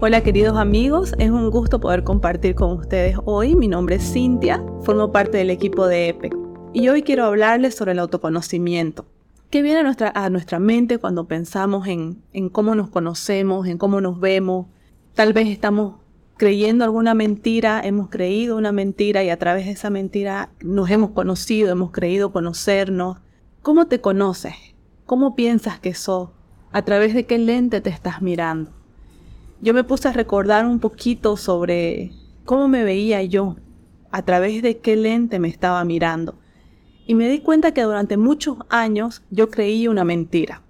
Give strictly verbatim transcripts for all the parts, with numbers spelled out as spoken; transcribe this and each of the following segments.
Hola queridos amigos, es un gusto poder compartir con ustedes hoy. Mi nombre es Cintia, formo parte del equipo de E P E C y hoy quiero hablarles sobre el autoconocimiento. ¿Qué viene a nuestra, a nuestra mente cuando pensamos en, en cómo nos conocemos, en cómo nos vemos? Tal vez estamos creyendo alguna mentira, hemos creído una mentira y a través de esa mentira nos hemos conocido, hemos creído conocernos. ¿Cómo te conoces? ¿Cómo piensas que sos? ¿A través de qué lente te estás mirando? Yo me puse a recordar un poquito sobre cómo me veía yo, a través de qué lente me estaba mirando. Y me di cuenta que durante muchos años yo creí una mentira.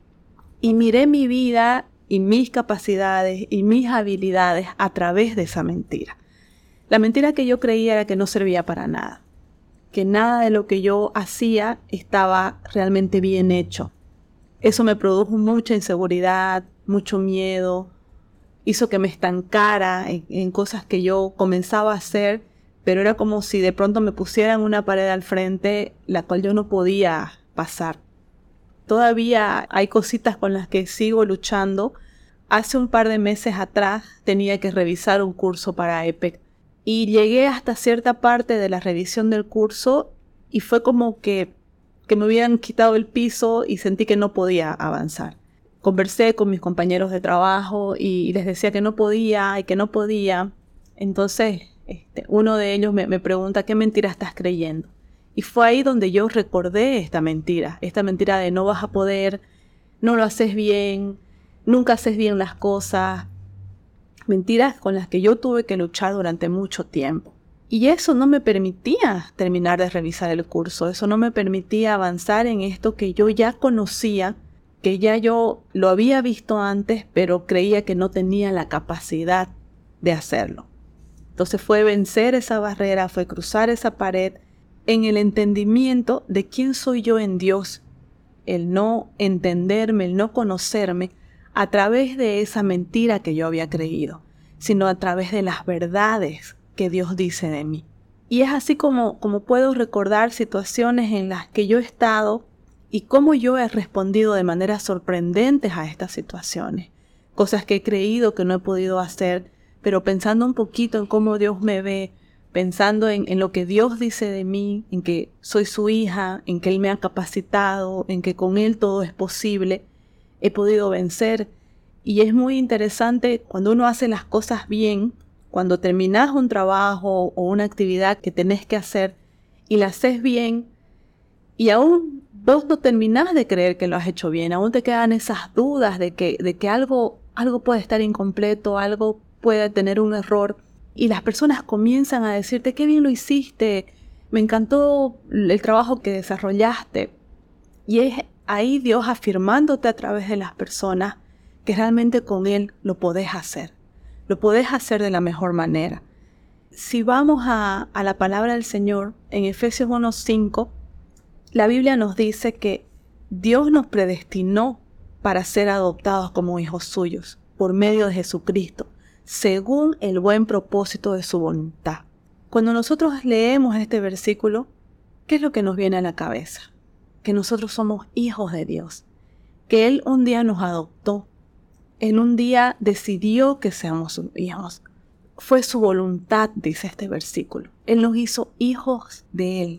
Y miré mi vida y mis capacidades y mis habilidades a través de esa mentira. La mentira que yo creía era que no servía para nada, que nada de lo que yo hacía estaba realmente bien hecho. Eso me produjo mucha inseguridad, mucho miedo. Hizo que me estancara en, en cosas que yo comenzaba a hacer, pero era como si de pronto me pusieran una pared al frente, la cual yo no podía pasar. Todavía hay cositas con las que sigo luchando. Hace un par de meses atrás tenía que revisar un curso para E P E C y llegué hasta cierta parte de la revisión del curso y fue como que, que me hubieran quitado el piso y sentí que no podía avanzar. Conversé con mis compañeros de trabajo y les decía que no podía y que no podía. Entonces este, uno de ellos me, me pregunta, ¿qué mentira estás creyendo? Y fue ahí donde yo recordé esta mentira, esta mentira de no vas a poder, no lo haces bien, nunca haces bien las cosas. Mentiras con las que yo tuve que luchar durante mucho tiempo. Y eso no me permitía terminar de revisar el curso, eso no me permitía avanzar en esto que yo ya conocía, que ya yo lo había visto antes, pero creía que no tenía la capacidad de hacerlo. Entonces fue vencer esa barrera, fue cruzar esa pared en el entendimiento de quién soy yo en Dios, el no entenderme, el no conocerme a través de esa mentira que yo había creído, sino a través de las verdades que Dios dice de mí. Y es así como, como puedo recordar situaciones en las que yo he estado y cómo yo he respondido de manera sorprendente a estas situaciones. Cosas que he creído que no he podido hacer, pero pensando un poquito en cómo Dios me ve, pensando en, en lo que Dios dice de mí, en que soy su hija, en que Él me ha capacitado, en que con Él todo es posible, he podido vencer. Y es muy interesante cuando uno hace las cosas bien, cuando terminas un trabajo o una actividad que tenés que hacer y la haces bien, y aún vos no terminás de creer que lo has hecho bien, aún te quedan esas dudas de que, de que algo, algo puede estar incompleto, algo puede tener un error, y las personas comienzan a decirte qué bien lo hiciste, me encantó el trabajo que desarrollaste. Y es ahí Dios afirmándote a través de las personas que realmente con Él lo podés hacer, lo podés hacer de la mejor manera. Si vamos a, a la palabra del Señor, en Efesios uno cinco, la Biblia nos dice que Dios nos predestinó para ser adoptados como hijos suyos por medio de Jesucristo, según el buen propósito de su voluntad. Cuando nosotros leemos este versículo, ¿qué es lo que nos viene a la cabeza? Que nosotros somos hijos de Dios, que Él un día nos adoptó, en un día decidió que seamos sus hijos. Fue su voluntad, dice este versículo. Él nos hizo hijos de Él.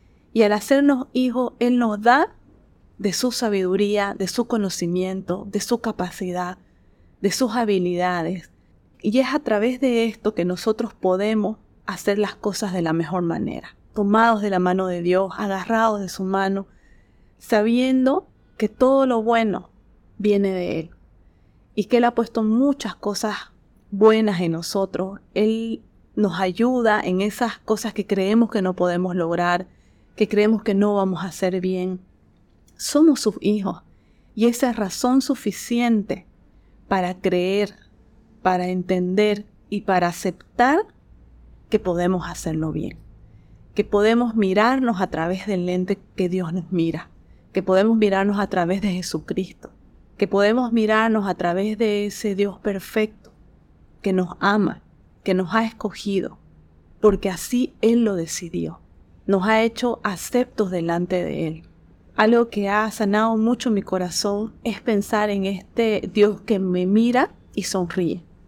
Y al hacernos hijos, Él nos da de su sabiduría, de su conocimiento, de su capacidad, de sus habilidades. Y es a través de esto que nosotros podemos hacer las cosas de la mejor manera. Tomados de la mano de Dios, agarrados de su mano, sabiendo que todo lo bueno viene de Él. Y que Él ha puesto muchas cosas buenas en nosotros. Él nos ayuda en esas cosas que creemos que no podemos lograr, que creemos que no vamos a hacer bien. Somos sus hijos y esa es razón suficiente para creer, para entender y para aceptar que podemos hacerlo bien, que podemos mirarnos a través del lente que Dios nos mira, que podemos mirarnos a través de Jesucristo, que podemos mirarnos a través de ese Dios perfecto que nos ama, que nos ha escogido, porque así Él lo decidió. Nos ha hecho aceptos delante de Él. Algo que ha sanado mucho mi corazón es pensar en este Dios que me mira y sonríe.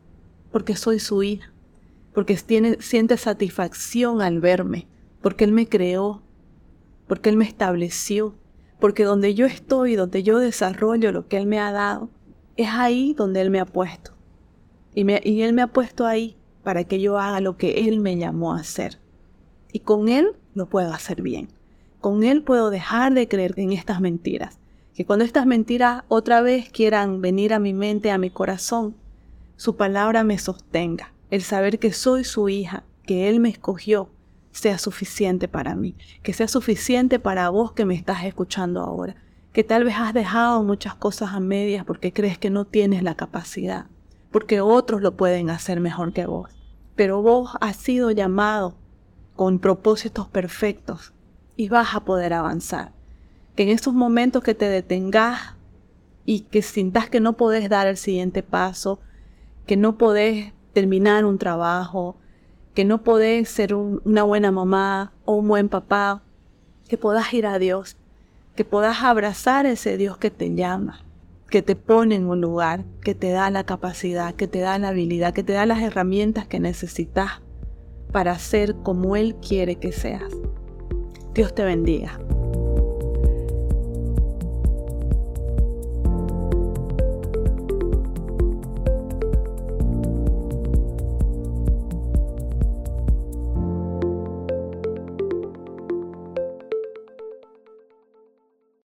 porque soy su hija, porque tiene, siente satisfacción al verme, porque Él me creó, porque Él me estableció, porque donde yo estoy, donde yo desarrollo lo que Él me ha dado, es ahí donde Él me ha puesto. Y, me, y Él me ha puesto ahí para que yo haga lo que Él me llamó a hacer. Y con Él lo puedo hacer bien. Con Él puedo dejar de creer en estas mentiras. Que cuando estas mentiras otra vez quieran venir a mi mente, a mi corazón, su palabra me sostenga. El saber que soy su hija, que Él me escogió, sea suficiente para mí. Que sea suficiente para vos que me estás escuchando ahora. Que tal vez has dejado muchas cosas a medias porque crees que no tienes la capacidad. Porque otros lo pueden hacer mejor que vos. Pero vos has sido llamado con propósitos perfectos y vas a poder avanzar. Que en esos momentos que te detengas y que sintas que no podés dar el siguiente paso, que no podés terminar un trabajo, que no podés ser un, una buena mamá o un buen papá, que podás ir a Dios, que podás abrazar a ese Dios que te llama, que te pone en un lugar, que te da la capacidad, que te da la habilidad, que te da las herramientas que necesitas para ser como Él quiere que seas. Dios te bendiga.